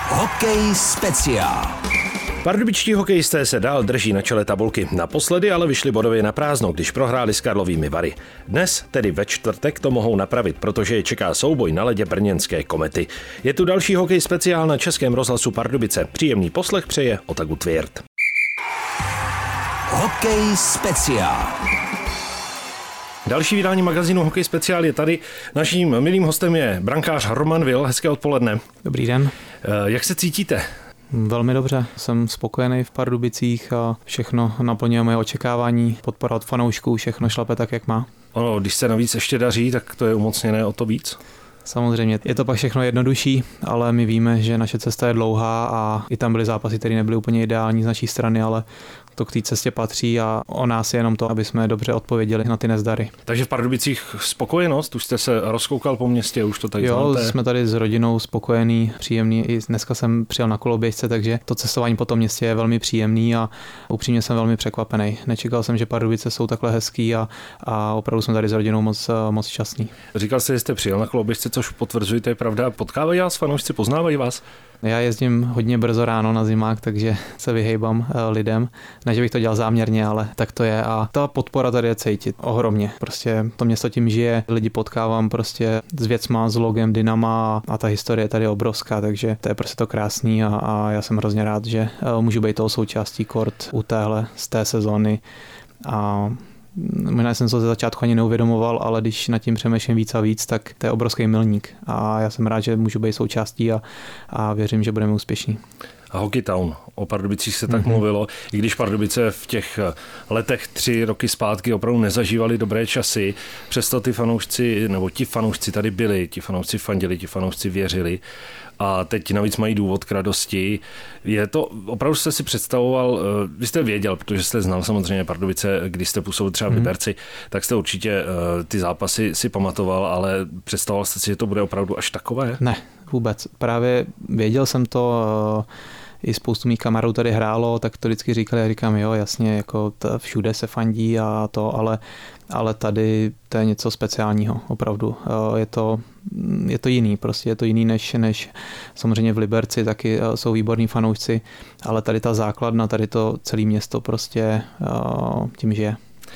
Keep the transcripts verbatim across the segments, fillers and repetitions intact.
Hokej speciál. Pardubičtí hokejisté se dál drží na čele tabulky. Naposledy ale vyšli bodově na prázdno, když prohráli s Karlovými Vary. Dnes, tedy ve čtvrtek, to mohou napravit, protože je čeká souboj na ledě brněnské Komety. Je tu další hokej speciál na Českém rozhlasu Pardubice. Příjemný poslech přeje Otagu Tvěrt. Hokej speciál. Další vydání magazínu Hokej speciál je tady. Naším milým hostem je brankář Roman Vil. Hezké odpoledne. Dobrý den. Jak se cítíte? Velmi dobře, jsem spokojený v Pardubicích a všechno naplňuje moje očekávání, podpora od fanoušků, všechno šlape tak, jak má. Ono, když se navíc ještě daří, tak to je umocněné o to víc. Samozřejmě, je to pak všechno jednodušší, ale my víme, že naše cesta je dlouhá a i tam byly zápasy, které nebyly úplně ideální z naší strany, ale to k té cestě patří a o nás je jenom to, aby jsme dobře odpověděli na ty nezdary. Takže v Pardubicích spokojenost? Už jste se rozkoukal po městě, už to tady Jo, znáte? Jsme tady s rodinou spokojení, příjemný. I dneska jsem přijel na koloběžce, takže to cestování po tom městě je velmi příjemný a upřímně jsem velmi překvapený. Nečekal jsem, že Pardubice jsou takhle hezký a, a opravdu jsme tady s rodinou moc, moc šťastný. Říkal jste, že jste přijel na koloběžce, což potvrzujete, je pravda. Potkávají vás fanoušci, poznávají vás? Já jezdím hodně brzo ráno na zimák, takže se vyhejbám lidem. Ne, že bych to dělal záměrně, ale tak to je. A ta podpora tady je cítit ohromně. Prostě to město tím žije, lidi potkávám prostě s věcma, s logem Dynama a ta historie je tady obrovská, takže to je prostě to krásný a, a já jsem hrozně rád, že můžu být toho součástí kort u téhle, z té sezóny. A možná jsem to ze začátku ani neuvědomoval, ale když nad tím přemýšlím víc a víc, tak to je obrovský milník a já jsem rád, že můžu být součástí a, a věřím, že budeme úspěšní. A Hockey Town, o Pardubicích se tak mm-hmm. mluvilo, i když Pardubice v těch letech tři roky zpátky opravdu nezažívali dobré časy, přesto ty fanoušci, nebo ti fanoušci tady byli, ti fanoušci fandili, ti fanoušci věřili a teď navíc mají důvod k radosti. Je to, opravdu jste si představoval, vy jste věděl, protože jste znal samozřejmě Pardubice, když jste působil třeba v Liberci, mm-hmm. tak jste určitě ty zápasy si pamatoval, ale představoval jste si, že to bude opravdu až takové? Ne, vůbec. Právě věděl jsem to, i spoustu mých kamarádů tady hrálo, tak to vždycky říkali, já říkám, jo, jasně, jako t- všude se fandí a to, ale, ale tady to je něco speciálního, opravdu. Je to, je to jiný, prostě je to jiný než, než samozřejmě v Liberci, taky jsou výborní fanoušci, ale tady ta základna, tady to celé město prostě tím žije.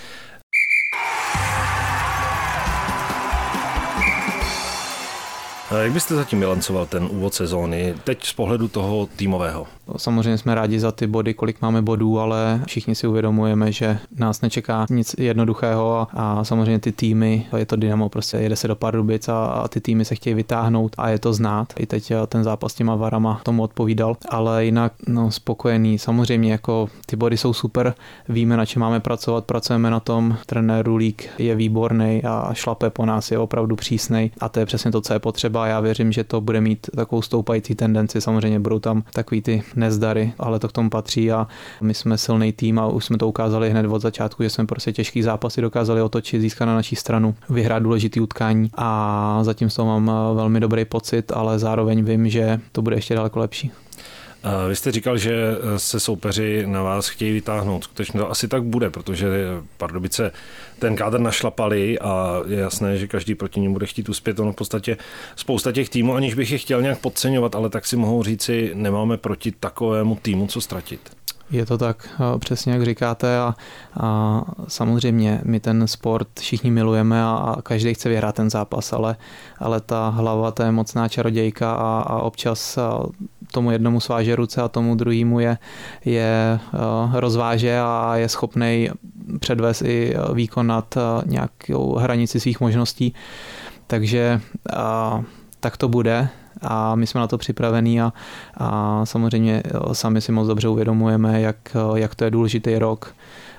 Jak byste zatím bilancoval ten úvod sezóny, teď z pohledu toho týmového? Samozřejmě jsme rádi za ty body, kolik máme bodů, ale všichni si uvědomujeme, že nás nečeká nic jednoduchého a, a samozřejmě ty týmy, je to Dynamo, prostě jede se do Pardubic a, a ty týmy se chtějí vytáhnout a je to znát. I teď ten zápas s těma Varama tomu odpovídal, ale jinak no, spokojený. Samozřejmě jako ty body jsou super, víme, na čem máme pracovat, pracujeme na tom, trenér Rulík je výborný a šlape po nás, je opravdu přísnej a to je přesně to, co je potřeba. Já věřím, že to bude mít takovou stoupající tendenci, samozřejmě budou tam takový ty nezdary, ale to k tomu patří a my jsme silný tým a už jsme to ukázali hned od začátku, že jsme prostě těžký zápasy dokázali otočit, získat na naší stranu, vyhrát důležitý utkání a zatím z toho mám velmi dobrý pocit, ale zároveň vím, že to bude ještě daleko lepší. Vy jste říkal, že se soupeři na vás chtějí vytáhnout. Skutečně to asi tak bude, protože Pardubice ten kádr našlapali a je jasné, že každý proti ním bude chtít uspět. Ono v podstatě spousta těch týmů, aniž bych je chtěl nějak podceňovat, ale tak si mohou říci, nemáme proti takovému týmu co ztratit. Je to tak, přesně jak říkáte a, a samozřejmě my ten sport všichni milujeme a, a každý chce vyhrát ten zápas, ale, ale ta hlava, to je mocná čarodějka a, a občas a tomu jednomu sváže ruce a tomu druhému je, je rozváže a je schopnej předvést i výkon nad nějakou hranici svých možností. Takže a, tak to bude. A my jsme na to připravení a, a samozřejmě sami si moc dobře uvědomujeme, jak, jak to je důležitý rok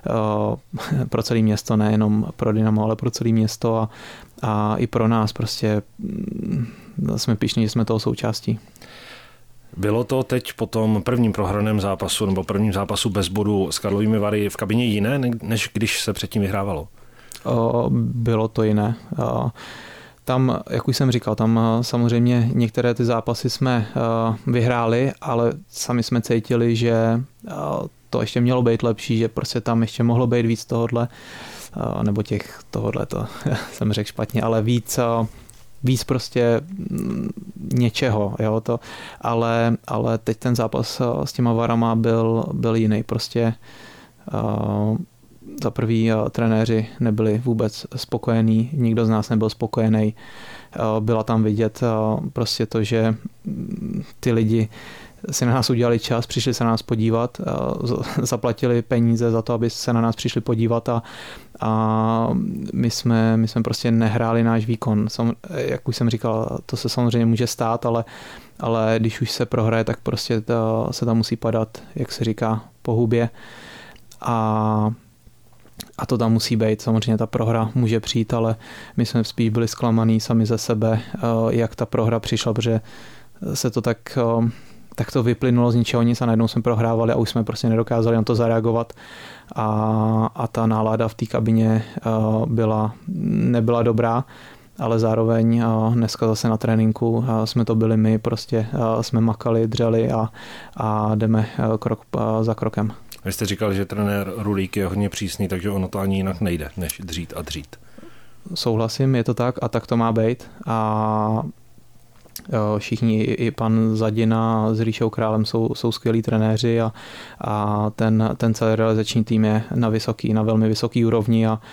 pro celé město, nejenom pro Dynamo, ale pro celé město a, a i pro nás prostě jsme pyšní, že jsme toho součástí. Bylo to teď po tom prvním prohraném zápasu nebo prvním zápasu bez bodu s Karlovými Vary v kabině jiné, než když se předtím vyhrávalo? Bylo to jiné. Tam, jak už jsem říkal, tam samozřejmě některé ty zápasy jsme vyhráli, ale sami jsme cítili, že to ještě mělo být lepší, že prostě tam ještě mohlo být víc tohodle, nebo těch tohodle, to jsem řekl špatně, ale víc víc prostě něčeho, jo, to, ale, ale teď ten zápas s těma varama byl, byl jiný, prostě uh, za prvý uh, trenéři nebyli vůbec spokojení, nikdo z nás nebyl spokojený, uh, byla tam vidět uh, prostě to, že ty lidi si na nás udělali čas, přišli se na nás podívat, zaplatili peníze za to, aby se na nás přišli podívat a, a my, jsme, my jsme prostě nehráli náš výkon. Sam, jak už jsem říkal, to se samozřejmě může stát, ale, ale když už se prohraje, tak prostě to, se tam musí padat, jak se říká, po hubě a A to tam musí být. Samozřejmě ta prohra může přijít, ale my jsme spíš byli zklamaný sami ze sebe, jak ta prohra přišla, protože se to tak... tak to vyplynulo z ničeho nic a najednou jsme prohrávali a už jsme prostě nedokázali na to zareagovat a, a ta nálada v té kabině byla, nebyla dobrá, ale zároveň dneska zase na tréninku jsme to byli my, prostě jsme makali, dřeli a, a jdeme krok za krokem. Vy jste říkal, že trenér Rulík je hodně přísný, takže ono to ani jinak nejde, než dřít a dřít. Souhlasím, je to tak a tak to má být a všichni, i pan Zadina s Ríšou Králem jsou, jsou skvělí trenéři a, a ten, ten celý realizační tým je na vysoký, na velmi vysoký úrovni a,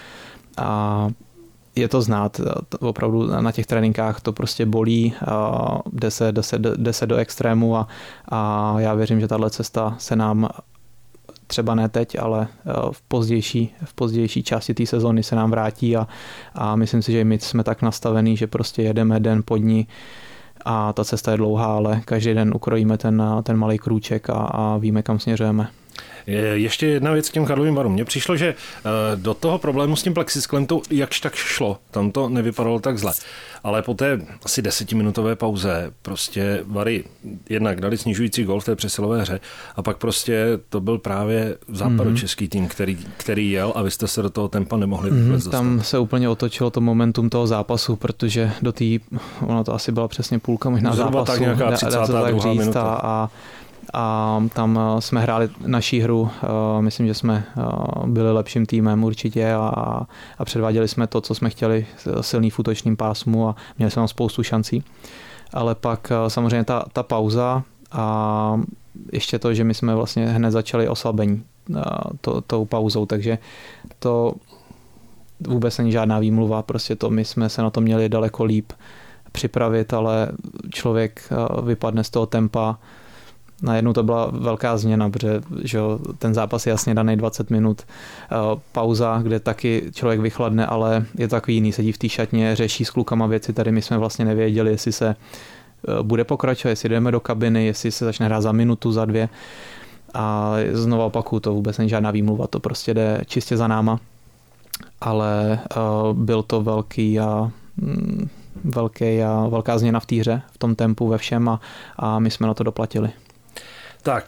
a je to znát. Opravdu na těch tréninkách to prostě bolí, jde se, jde se, jde se do extrému a, a já věřím, že tahle cesta se nám třeba ne teď, ale v pozdější, v pozdější části té sezóny se nám vrátí a, a myslím si, že my jsme tak nastavení, že prostě jedeme den po dní a ta cesta je dlouhá, ale každý den ukrojíme ten, ten malý krůček a, a víme, kam směřujeme. Ještě jedna věc k těm Karlovým Varům. Mně přišlo, že do toho problému s tím plexisklem to jakž tak šlo. Tam to nevypadalo tak zle. Ale po té asi desetiminutové pauze prostě Vary jednak dali snižující gól v té přesilové hře a pak prostě to byl právě západočeský tým, který, který jel a vy jste se do toho tempa nemohli vůbec dostat. Tam se úplně otočilo to momentum toho zápasu, protože do té, ono to asi byla přesně půlka možná Zhruba zápasu. Tak nějaká třicátá druhá minuta. A, a tam jsme hráli naší hru, myslím, že jsme byli lepším týmem určitě a, a předváděli jsme to, co jsme chtěli, silný v útočným pásmu a měli jsme tam spoustu šancí. Ale pak samozřejmě ta, ta pauza a ještě to, že my jsme vlastně hned začali oslabení to, tou pauzou, takže to vůbec není žádná výmluva, prostě to my jsme se na to měli daleko líp připravit, ale člověk vypadne z toho tempa. Najednou to byla velká změna, protože že ten zápas je jasně daný dvacet minut. Pauza, kde taky člověk vychladne, ale je to takový jiný, sedí v té šatně, řeší s klukama věci. Tady my jsme vlastně nevěděli, jestli se bude pokračovat, jestli jdeme do kabiny, jestli se začne hrát za minutu, za dvě. A znovu opakuju, to vůbec není žádná výmluva, to prostě jde čistě za náma. Ale byl to velký a velký a velká změna v té hře, v tom tempu, ve všem a, a my jsme na to doplatili. Tak.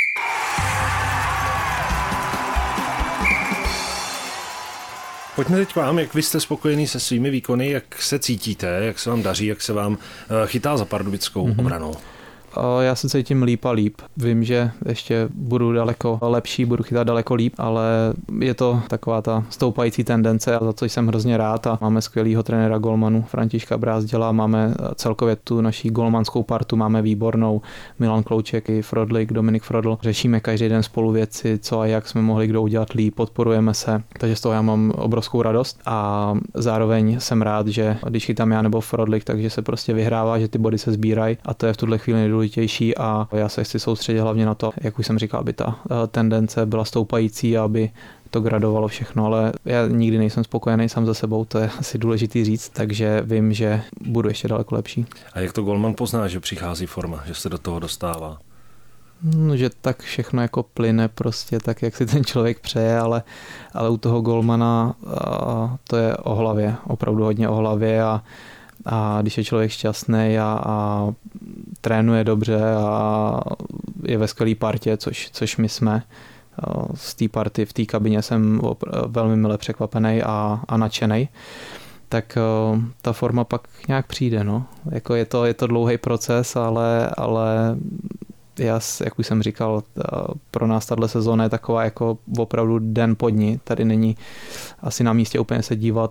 Pojďme teď k vám, jak vy jste spokojený se svými výkony, jak se cítíte, jak se vám daří, jak se vám chytá za pardubickou mm-hmm. obranou. Já se cítím líp a líp. Vím, že ještě budu daleko lepší, budu chytat daleko líp, ale je to taková ta stoupající tendence, a za co jsem hrozně rád. A máme skvělýho trenéra golmanu Františka Brázděla, máme celkově tu naší golmanskou partu, máme výbornou, Milan Klouček i Frodlik, Dominik Frodl. Řešíme každý den spolu věci, co a jak jsme mohli kdo udělat líp, podporujeme se, takže z toho já mám obrovskou radost a zároveň jsem rád, že když chytám já nebo Frodlik, takže se prostě vyhrává, že ty body se sbírají a to je v tuhle chvíli nejdůležitější a já se chci soustředit hlavně na to, jak už jsem říkal, aby ta tendence byla stoupající a aby to gradovalo všechno, ale já nikdy nejsem spokojený sám se sebou, to je asi důležitý říct, takže vím, že budu ještě daleko lepší. A jak to golman pozná, že přichází forma, že se do toho dostává? No, že tak všechno jako plyne prostě tak, jak si ten člověk přeje, ale, ale u toho golmana to je o hlavě, opravdu hodně o hlavě a A když je člověk šťastný a, a trénuje dobře a je ve skvělé partě, což, což my jsme, z té party v té kabině jsem velmi mile překvapený a, a nadšený, tak ta forma pak nějak přijde. No. Jako je, to, je to dlouhý proces, ale, ale já, jak už jsem říkal, pro nás tato sezóna je taková jako opravdu den po dni. Tady není asi na místě úplně se dívat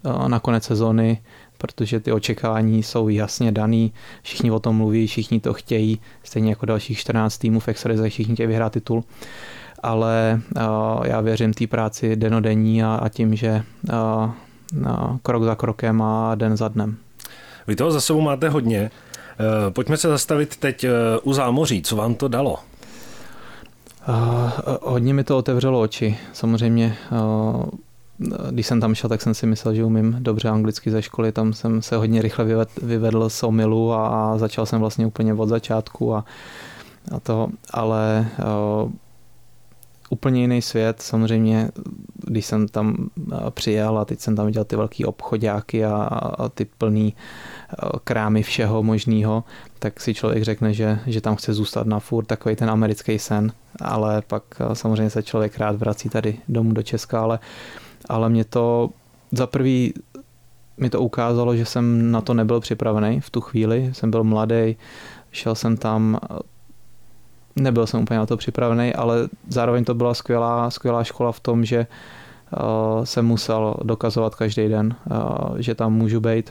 na konec sezóny, protože ty očekávání jsou jasně daný, všichni o tom mluví, všichni to chtějí, stejně jako dalších čtrnáct týmů v extralize, všichni chtějí vyhrát titul. Ale uh, já věřím té práci denodenní a, a tím, že uh, uh, krok za krokem a den za dnem. Vy toho za sebou máte hodně. Uh, pojďme se zastavit teď uh, u zámoří. Co vám to dalo? Uh, hodně mi to otevřelo oči. Samozřejmě, uh, když jsem tam šel, tak jsem si myslel, že umím dobře anglicky ze školy. Tam jsem se hodně rychle vyvedl, vyvedl z omylu a, a začal jsem vlastně úplně od začátku. A, a to, ale uh, úplně jiný svět. Samozřejmě, když jsem tam přijel a teď jsem tam viděl ty velký obchodáky a, a ty plný krámy všeho možného, tak si člověk řekne, že, že tam chce zůstat na furt, takový ten americký sen, ale pak samozřejmě se člověk rád vrací tady domů do Česka, ale, ale mě to za prvý mi to ukázalo, že jsem na to nebyl připravený v tu chvíli, jsem byl mladý, šel jsem tam, nebyl jsem úplně na to připravený, ale zároveň to byla skvělá, skvělá škola v tom, že uh, jsem musel dokazovat každý den, uh, že tam můžu být.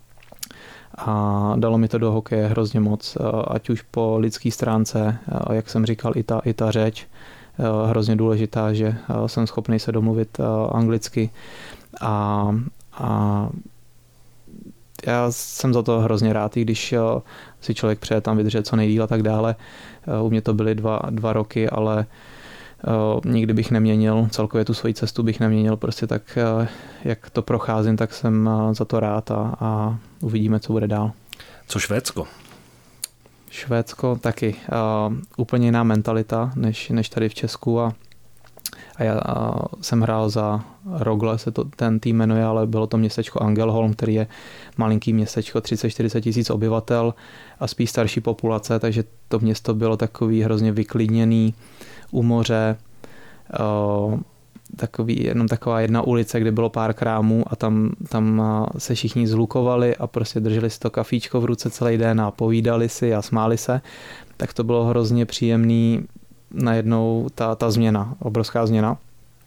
A dalo mi to do hokeje hrozně moc, uh, ať už po lidské stránce, uh, jak jsem říkal, i ta, i ta řeč, uh, hrozně důležitá, že uh, jsem schopný se domluvit uh, anglicky a, a já jsem za to hrozně rád, i když si člověk přeje tam vydržet co nejdýl a tak dále. U mě to byly dva, dva roky, ale nikdy bych neměnil, celkově tu svoji cestu bych neměnil, prostě tak, jak to procházím, tak jsem za to rád a, a uvidíme, co bude dál. Co Švédsko? Švédsko taky. Uh, úplně jiná mentalita, než, než tady v Česku a A já jsem hrál za Rogle, se to ten tým jmenuje, ale bylo to městečko Angelholm, který je malinký městečko, třicet čtyřicet tisíc obyvatel a spíš starší populace, takže to město bylo takový hrozně vyklidněný u moře, takový, jenom taková jedna ulice, kde bylo pár krámů a tam, tam se všichni zlukovali a prostě drželi si to kafíčko v ruce celý den a povídali si a smáli se, tak to bylo hrozně příjemný. Najednou ta, ta změna, obrovská změna.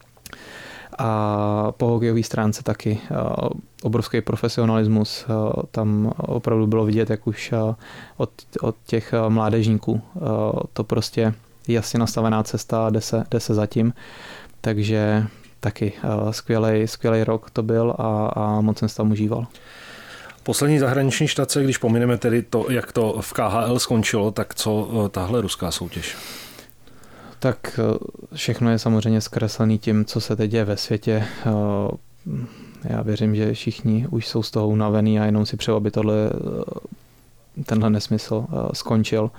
A po hokejové stránce taky obrovský profesionalismus. Tam opravdu bylo vidět, jak už od, od těch mládežníků to prostě jasně nastavená cesta, jde se, jde se zatím. Takže taky skvělej, skvělej rok to byl a, a moc jsem se tam užíval. Poslední zahraniční štace, když pomineme tedy to, jak to v K H L skončilo, tak co tahle ruská soutěž? Tak všechno je samozřejmě zkreslený tím, co se teď děje ve světě. Já věřím, že všichni už jsou z toho unavený a jenom si přeju, aby tohle, tenhle nesmysl skončil.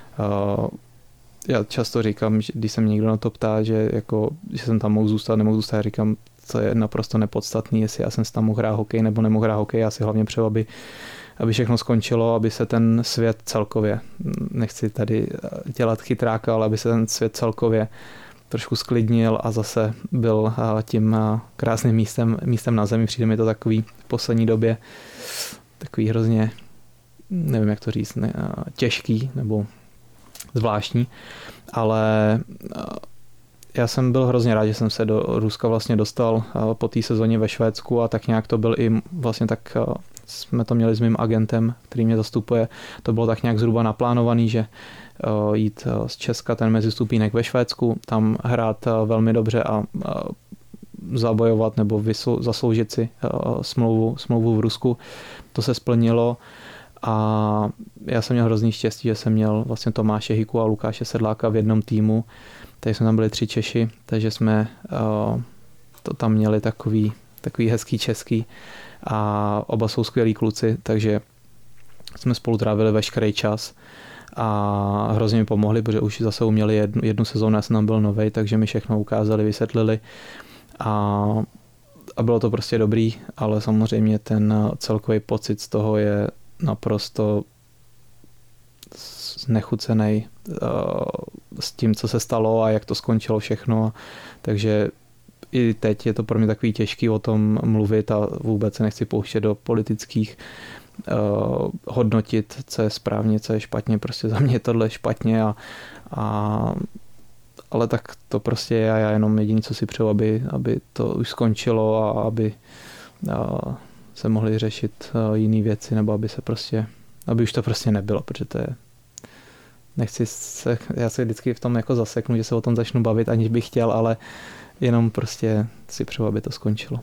Já často říkám, že když se mě někdo na to ptá, že, jako, že jsem tam mohl zůstat, nemohl zůstat, říkám, co je naprosto nepodstatný, jestli já jsem si tam mohl hrát hokej nebo nemohl hrát hokej. Já si hlavně přeju, aby aby všechno skončilo, aby se ten svět celkově, nechci tady dělat chytráka, ale aby se ten svět celkově trošku sklidnil a zase byl tím krásným místem, místem na zemi. Přijde mi to takový v poslední době takový hrozně, nevím jak to říct, ne, těžký nebo zvláštní, ale já jsem byl hrozně rád, že jsem se do Ruska vlastně dostal po té sezóně ve Švédsku a tak nějak to byl i vlastně tak jsme to měli s mým agentem, který mě zastupuje. To bylo tak nějak zhruba naplánovaný, že jít z Česka ten mezistupínek ve Švédsku, tam hrát velmi dobře a zabojovat nebo vysou, zasloužit si smlouvu, smlouvu v Rusku. To se splnilo a já jsem měl hrozný štěstí, že jsem měl vlastně Tomáše Hiku a Lukáše Sedláka v jednom týmu. Tady jsme tam byli tři Češi, takže jsme to tam měli takový, takový hezký český a oba jsou skvělí kluci, takže jsme spolu trávili veškerý čas a hrozně mi pomohli, protože už zase uměli jednu, jednu sezónu, já jsem tam byl novej, takže mi všechno ukázali, vysvětlili a, a bylo to prostě dobrý, ale samozřejmě ten celkový pocit z toho je naprosto znechucený s tím, co se stalo a jak to skončilo všechno, takže i teď je to pro mě takový těžký o tom mluvit a vůbec se nechci pouštět do politických uh, hodnotit, co je správně, co je špatně, prostě za mě tohle je špatně a, a ale tak to prostě je a já jenom jediný, co si přeju, aby, aby to už skončilo a aby se mohly řešit jiné věci, nebo aby se prostě, aby už to prostě nebylo, protože to je, nechci se, já se vždycky v tom jako zaseknu, že se o tom začnu bavit, aniž bych chtěl, ale jenom prostě si přeju, aby to skončilo.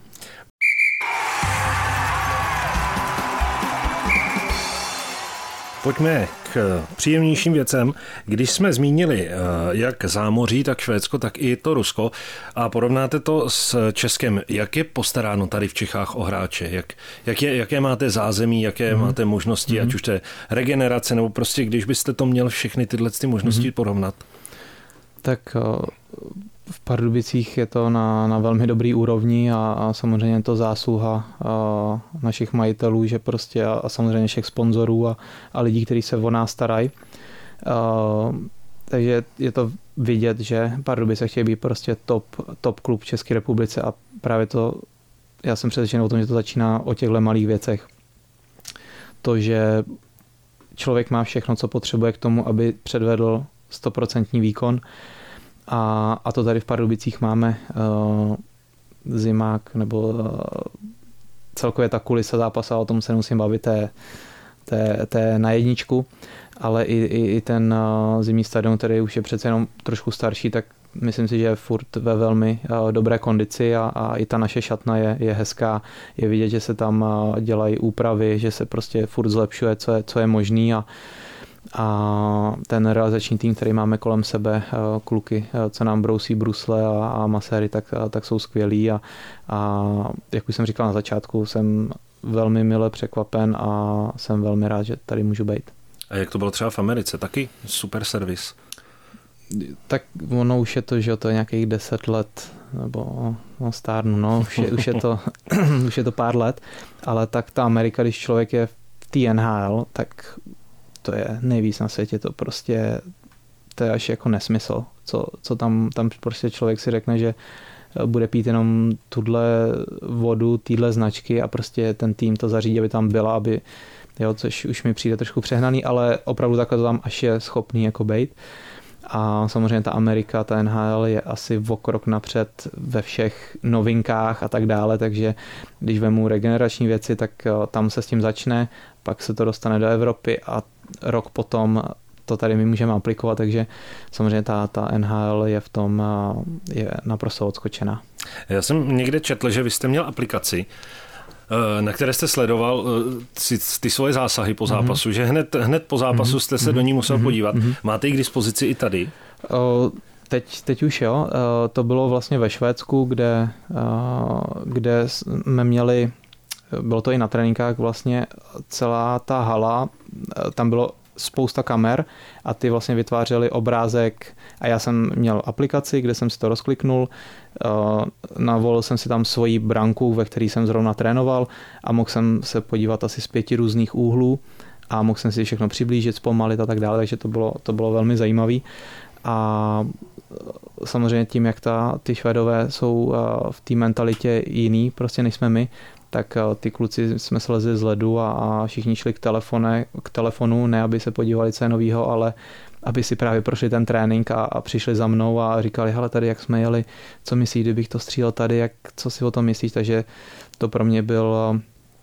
Pojďme k příjemnějším věcem. Když jsme zmínili jak zámoří, tak Švédsko, tak i to Rusko a porovnáte to s Českem, jak je postaráno tady v Čechách o hráče? Jak, jak je, jaké máte zázemí, jaké mm. máte možnosti, mm. ať už to je regenerace, nebo prostě když byste to měl všechny tyhle ty možnosti mm. porovnat? Tak v Pardubicích je to na, na velmi dobrý úrovni a, a samozřejmě to zásluha a, našich majitelů, že prostě a, a samozřejmě všech sponzorů a, a lidí, kteří se o nás starají. Takže je to vidět, že Pardubice chtějí být prostě top, top klub v České republice a právě to, já jsem přesvědčen o tom, že to začíná o těchto malých věcech. To, že člověk má všechno, co potřebuje k tomu, aby předvedl stoprocentní výkon. A, a to tady v Pardubicích máme uh, zimák, nebo uh, celkově ta kulisa zápasu, o tom se nemusím bavit, té, té, té na jedničku, ale i, i, i ten uh, zimní stadion, který už je přece jenom trošku starší, tak myslím si, že je furt ve velmi uh, dobré kondici a, a i ta naše šatna je, je hezká. Je vidět, že se tam uh, dělají úpravy, že se prostě furt zlepšuje, co je, co je možný a A ten realizační tým, který máme kolem sebe, kluky, co nám brousí brusle a, a maséry, tak, tak jsou skvělí a, a jak už jsem říkal na začátku, jsem velmi mile překvapen a jsem velmi rád, že tady můžu být. A jak to bylo třeba v Americe? Taky super servis? Tak ono už je to, že to je nějakých deset let, nebo no, stárnu, no, už je, už je to, už je to pár let, ale tak ta Amerika, když člověk je v té N H L, tak to je nejvíc na světě, to prostě to je až jako nesmysl, co, co tam, tam prostě člověk si řekne, že bude pít jenom tuhle vodu, týhle značky a prostě ten tým to zařídí, aby tam byla, aby, jo, což už mi přijde trošku přehnaný, ale opravdu takhle to tam až je schopný jako bejt. A samozřejmě ta Amerika, ta N H L je asi o krok napřed ve všech novinkách a tak dále, takže když vemu regenerační věci, tak tam se s tím začne, pak se to dostane do Evropy a rok potom to tady my můžeme aplikovat, takže samozřejmě ta, ta N H L je v tom je naprosto odskočená. Já jsem někde četl, že vy jste měl aplikaci, na které jste sledoval ty svoje zásahy po zápasu, mm-hmm. že hned, hned po zápasu jste se mm-hmm. do ní musel mm-hmm. podívat. Mm-hmm. Máte ji k dispozici i tady? O, teď, teď už jo. O, to bylo vlastně ve Švédsku, kde, o, kde jsme měli, bylo to i na tréninkách vlastně, celá ta hala, tam bylo spousta kamer a ty vlastně vytvářely obrázek a já jsem měl aplikaci, kde jsem si to rozkliknul, navolil jsem si tam svoji branku, ve které jsem zrovna trénoval a mohl jsem se podívat asi z pěti různých úhlů a mohl jsem si všechno přiblížit, zpomalit a tak dále, takže to bylo, to bylo velmi zajímavé. A samozřejmě tím, jak ta, ty Švédové jsou v té mentalitě jiný, prostě než jsme my, tak ty kluci jsme slezli z ledu a, a všichni šli k, telefone, k telefonu, ne aby se podívali, co je novýho, ale aby si právě prošli ten trénink a, a přišli za mnou a říkali, hele, tady jak jsme jeli, co myslíš, kdybych to střílel tady, jak, co si o tom myslíš, takže to pro mě byl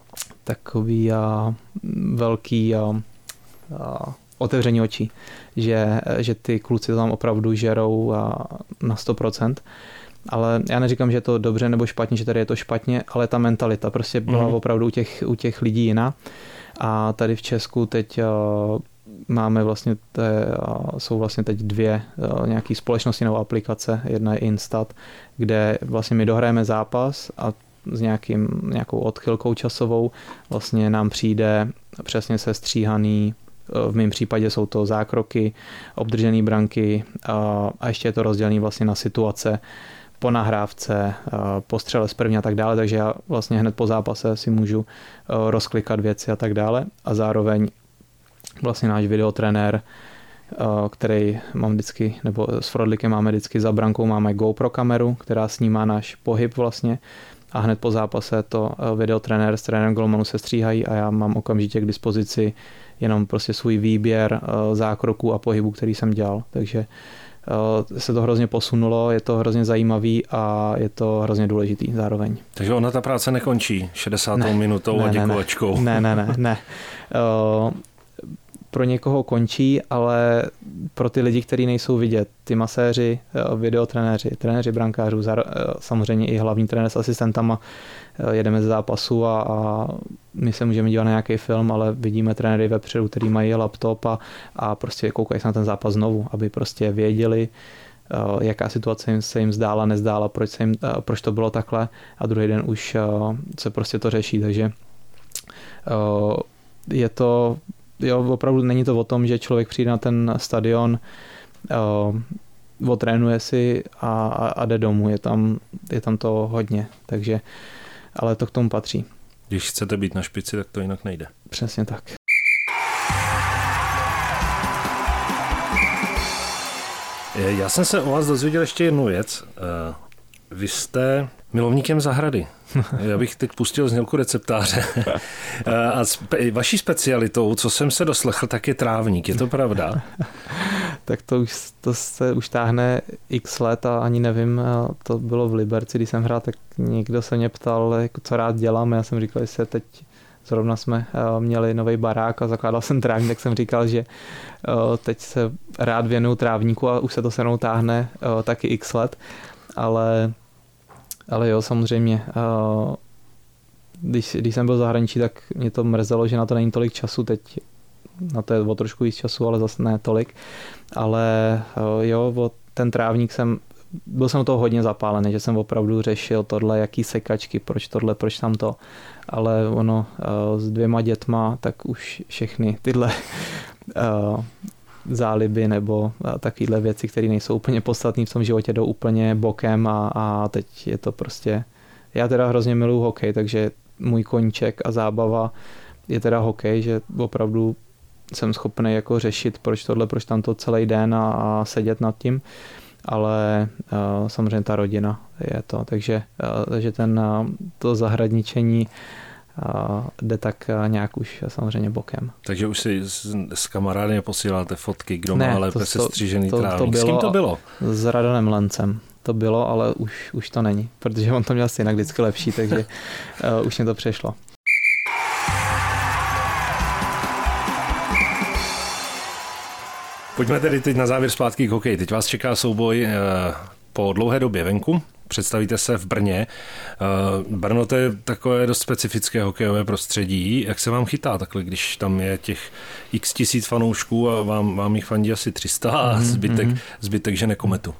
takový a, velký a, a, otevření očí, že, že ty kluci tam opravdu žerou a, na sto procent. Ale já neříkám, že je to dobře nebo špatně, že tady je to špatně, ale ta mentalita prostě byla mm. opravdu u těch, u těch lidí jiná. A tady v Česku teď uh, máme vlastně, te, uh, jsou vlastně teď dvě uh, nějaké společnosti nebo aplikace. Jedna je Instat, kde vlastně my dohrajeme zápas a s nějakým, nějakou odchylkou časovou vlastně nám přijde přesně sestříhaný, v mém případě jsou to zákroky, obdržené branky uh, a ještě je to rozdělené vlastně na situace, po nahrávce, po střele z první a tak dále, takže já vlastně hned po zápase si můžu rozklikat věci a tak dále a zároveň vlastně náš videotrenér, který mám vždycky, nebo s Frodlikem máme vždycky za brankou, máme GoPro kameru, která snímá náš pohyb vlastně a hned po zápase to videotrenér s trenérem golmanu se stříhají a já mám okamžitě k dispozici jenom prostě svůj výběr zákroků a pohybů, který jsem dělal, takže se to hrozně posunulo, je to hrozně zajímavý a je to hrozně důležitý zároveň. Takže ona ta práce nekončí šedesátou ne, minutou ne, a děkovačkou. Ne, ne, ne, ne. Uh, pro někoho končí, ale pro ty lidi, kteří nejsou vidět, ty maséři, videotrenéři, trenéři brankářů, samozřejmě i hlavní trenér s asistentama, jedeme ze zápasu a, a my se můžeme dívat na nějaký film, ale vidíme trenéry vepředu, který mají laptop a, a prostě koukají se na ten zápas znovu, aby prostě věděli, jaká situace se jim zdála, nezdála, proč, se jim, proč to bylo takhle a druhý den už se prostě to řeší, takže je to jo, opravdu není to o tom, že člověk přijde na ten stadion, uh, otrénuje si a, a, a jde domů. Je tam, je tam to hodně, takže, ale to k tomu patří. Když chcete být na špici, tak to jinak nejde. Přesně tak. Já jsem se o vás dozvěděl ještě jednu věc. Vy jste milovníkem zahrady. Já bych teď pustil znělku receptáře. A spe, vaší specialitou, co jsem se doslechl, tak je trávník. Je to pravda? Tak to už, to se už táhne x let a ani nevím, to bylo v Liberci, když jsem hrál, tak někdo se mě ptal, co rád dělám. Já jsem říkal, že se teď zrovna jsme měli nový barák a zakládal jsem trávník, tak jsem říkal, že teď se rád věnuju trávníku a už se to se mnou táhne taky x let, ale Ale jo, samozřejmě. Když, když jsem byl v zahraničí, tak mě to mrzelo, že na to není tolik času. Teď na to je o trošku víc času, ale zase ne tolik. Ale jo, ten trávník jsem, byl jsem toho hodně zapálený, že jsem opravdu řešil tohle, jaký sekačky, proč tohle, proč tam to. Ale ono s dvěma dětma, tak už všechny tyhle záliby nebo takovéhle věci, které nejsou úplně podstatné v tom životě, jdou úplně bokem a, a teď je to prostě... Já teda hrozně miluju hokej, takže můj koníček a zábava je teda hokej, že opravdu jsem schopný jako řešit, proč tohle, proč tam to celý den a, a sedět nad tím, ale uh, samozřejmě ta rodina je to, takže, uh, takže ten, uh, to zahradničení a jde tak nějak už samozřejmě bokem. Takže už si s, s kamarády posíláte fotky, kdo má lépe sestřížený to, trávník. To s kým to bylo? S Radonem Lencem. To bylo, ale už, už to není, protože on to měl asi jinak vždycky lepší, takže uh, už mě to přešlo. Pojďme tedy teď na závěr zpátky k hokeji. Teď vás čeká souboj uh, po dlouhé době venku. Představíte se v Brně. Brno to je takové dost specifické hokejové prostředí. Jak se vám chytá takhle, když tam je těch x tisíc fanoušků a vám, vám jich fandí asi tři sta a zbytek, mm-hmm. zbytek žene kometu?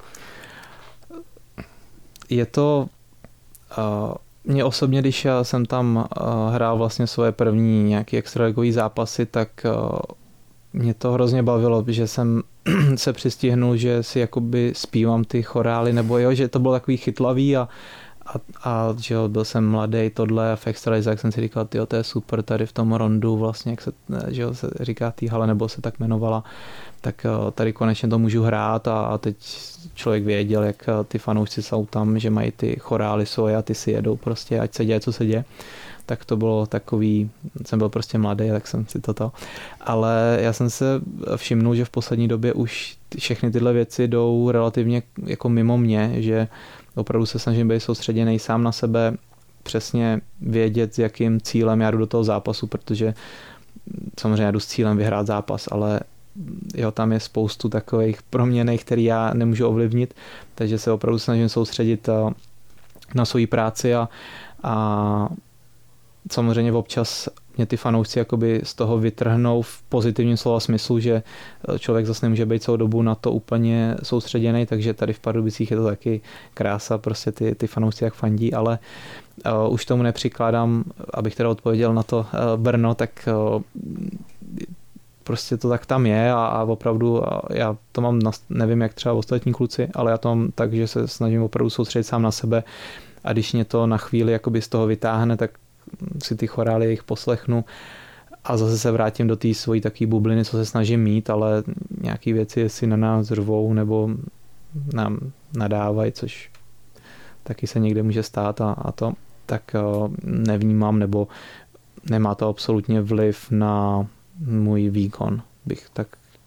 Je to... Uh, mě osobně, když já jsem tam uh, hrál vlastně svoje první nějaké extraligový zápasy, tak uh, mě to hrozně bavilo, že jsem se přistihnul, že si jakoby zpívám ty chorály, nebo jo, že to bylo takový chytlavý a, a, a že jo, byl jsem mladý tohle a v extralize, jak jsem si říkal, tyjo, to je super tady v tom rondu vlastně, jak se, že jo, se říká tý hale, nebo se tak jmenovala, tak tady konečně to můžu hrát a, a teď člověk věděl, jak ty fanoušci jsou tam, že mají ty chorály svoje a ty si jedou prostě, ať se děje, co se děje. Tak to bylo takový, jsem byl prostě mladý, tak jsem si toto. Ale já jsem se všimnul, že v poslední době už všechny tyhle věci jdou relativně jako mimo mě, že opravdu se snažím být soustředěný sám na sebe, přesně vědět, s jakým cílem já jdu do toho zápasu, protože samozřejmě já jdu s cílem vyhrát zápas, ale jo, tam je spoustu takových proměnných, které já nemůžu ovlivnit, takže se opravdu snažím soustředit na svoji práci a, a samozřejmě občas mě ty fanoušci jakoby z toho vytrhnou v pozitivním slova smyslu, že člověk zase nemůže být celou dobu na to úplně soustředěný, takže tady v Pardubicích je to taky krása, prostě ty, ty fanoušci jak fandí, ale uh, už tomu nepřikládám, abych teda odpověděl na to uh, Brno, tak uh, prostě to tak tam je a, a opravdu uh, já to mám, na, nevím jak třeba ostatní kluci, ale já to mám tak, že se snažím opravdu soustředit sám na sebe a když mě to na chvíli jakoby z toho vytáhne, tak si ty chorály jich poslechnu a zase se vrátím do té svojí takové bubliny, co se snažím mít, ale nějaké věci si na nás řvou nebo nám nadávají, což taky se někde může stát a, a to, tak nevnímám nebo nemá to absolutně vliv na můj výkon, bych tak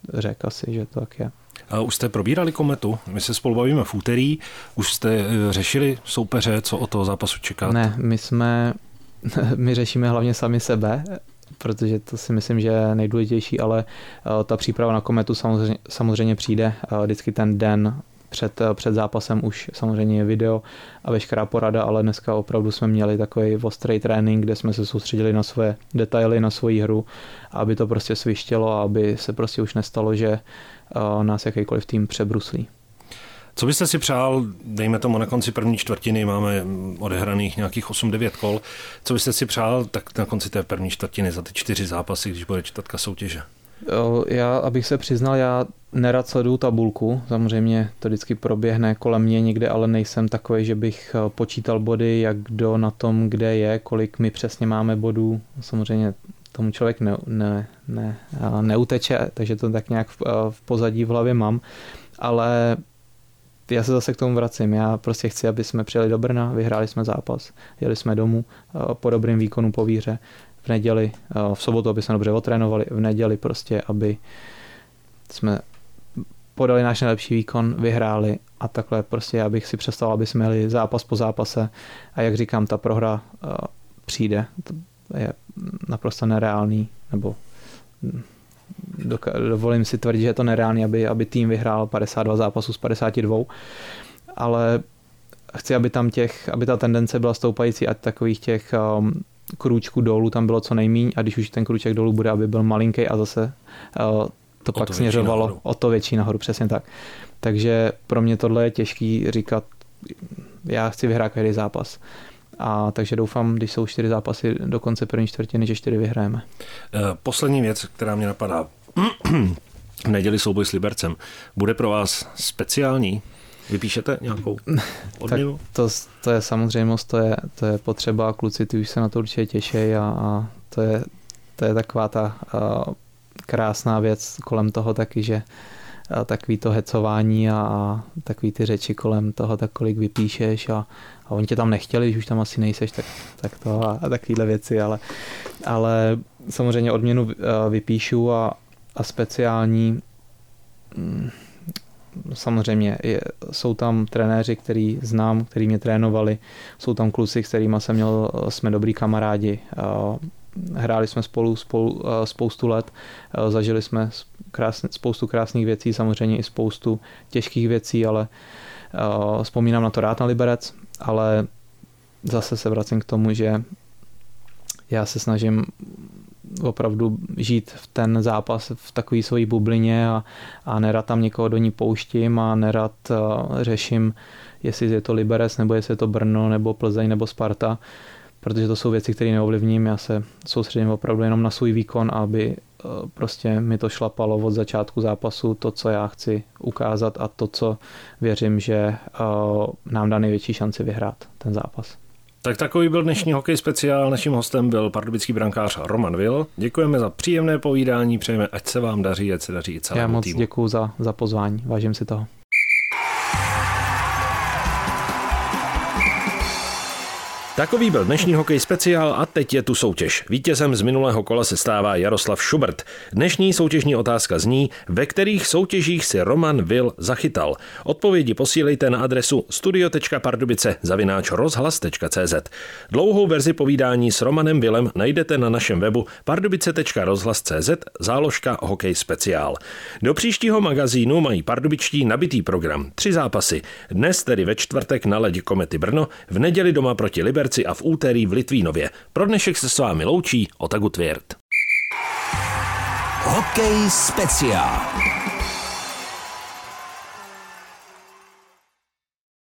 řekl asi, že to tak je. A už jste probírali Kometu? My se spolu bavíme v úterý. Už jste řešili soupeře, co od toho zápasu čekat? Ne, my jsme, my řešíme hlavně sami sebe, protože to si myslím, že je nejdůležitější, ale ta příprava na Kometu samozřejmě, samozřejmě přijde vždycky ten den před, před zápasem, už samozřejmě je video a veškerá porada, ale dneska opravdu jsme měli takový ostrý trénink, kde jsme se soustředili na svoje detaily, na svoji hru, aby to prostě svištělo a aby se prostě už nestalo, že nás jakýkoliv tým přebruslí. Co byste si přál, dejme tomu na konci první čtvrtiny, máme odehraných nějakých osm devět kol, co byste si přál tak na konci té první čtvrtiny za ty čtyři zápasy, když bude čtvrtka soutěže? Já, abych se přiznal, já nerad sleduju tabulku, samozřejmě to vždycky proběhne kolem mě někde, ale nejsem takový, že bych počítal body, jak kdo na tom, kde je, kolik my přesně máme bodů, samozřejmě tomu člověk ne, ne, ne, neuteče, takže to tak nějak v, v pozadí v hlavě mám, ale já se zase k tomu vracím. Já prostě chci, aby jsme přijeli do Brna, vyhráli jsme zápas, jeli jsme domů po dobrým výkonu po výhře, v neděli, v sobotu, aby jsme dobře otrénovali, v neděli prostě, aby jsme podali náš nejlepší výkon, vyhráli a takhle prostě já bych si představil, aby jsme jeli zápas po zápase a jak říkám, ta prohra přijde. To je naprosto nereálný, nebo dovolím si tvrdit, že je to nereálný, aby, aby tým vyhrál padesát dva zápasů z padesáti dvou, ale chci, aby tam těch, aby ta tendence byla stoupající a takových těch um, krůčků dolů tam bylo co nejmíň a když už ten krůček dolů bude, aby byl malinký a zase uh, to o pak to směřovalo o to větší nahoru, přesně tak. Takže pro mě tohle je těžký říkat, já chci vyhrát každý zápas. A takže doufám, když jsou čtyři zápasy do konce první čtvrtiny, že čtyři vyhrajeme. Poslední věc, která mě napadá. V neděli souboj s Libercem. Bude pro vás speciální? Vypíšete nějakou odměnu? To, to je samozřejmost, to je, to je potřeba. Kluci, ty už se na to určitě těší a, a to, je, to je taková ta a, krásná věc kolem toho taky, že a takový to hecování a, a takový ty řeči kolem toho, tak kolik vypíšeš a, a oni tě tam nechtěli, když už tam asi nejseš, tak, tak to a, a takovýhle věci, ale, ale samozřejmě odměnu vypíšu a, a speciální samozřejmě je, jsou tam trenéři, který znám, který mě trénovali, jsou tam kluci, s kterými jsem měl, jsme dobrý kamarádi, hráli jsme spolu, spolu spoustu let, zažili jsme krásn, spoustu krásných věcí, samozřejmě i spoustu těžkých věcí, ale vzpomínám na to rád na Liberec, ale zase se vracím k tomu, že já se snažím opravdu žít v ten zápas v takové svojí bublině a, a nerad tam někoho do ní pouštím a nerad uh, řeším, jestli je to Liberec, nebo jestli je to Brno, nebo Plzeň, nebo Sparta, protože to jsou věci, které neovlivním. Já se soustředím opravdu jenom na svůj výkon, aby uh, prostě mi to šlapalo od začátku zápasu, to, co já chci ukázat a to, co věřím, že uh, nám dá největší šanci vyhrát ten zápas. Tak takový byl dnešní hokej speciál. Naším hostem byl pardubický brankář Roman Vil. Děkujeme za příjemné povídání, přejeme, ať se vám daří, ať se daří i celému týmu. Já moc týmu. děkuju za, za pozvání, vážím si toho. Takový byl dnešní hokej speciál a teď je tu soutěž. Vítězem z minulého kola se stává Jaroslav Šubert. Dnešní soutěžní otázka zní, ve kterých soutěžích si Roman Vil zachytal. Odpovědi posílejte na adresu studio tečka pardubice zavináč rozhlas tečka cé zet. Dlouhou verzi povídání s Romanem Vilem najdete na našem webu pardubice tečka rozhlas tečka cé zet záložka hokej speciál. Do příštího magazínu mají pardubičtí nabitý program. Tři zápasy. Dnes tedy ve čtvrtek na ledě Komety Brno, v neděli doma proti Liberci a v úterý v Litvínově. Pro dnešek se s vámi loučí Ota Gutwirth. Hokej speciál.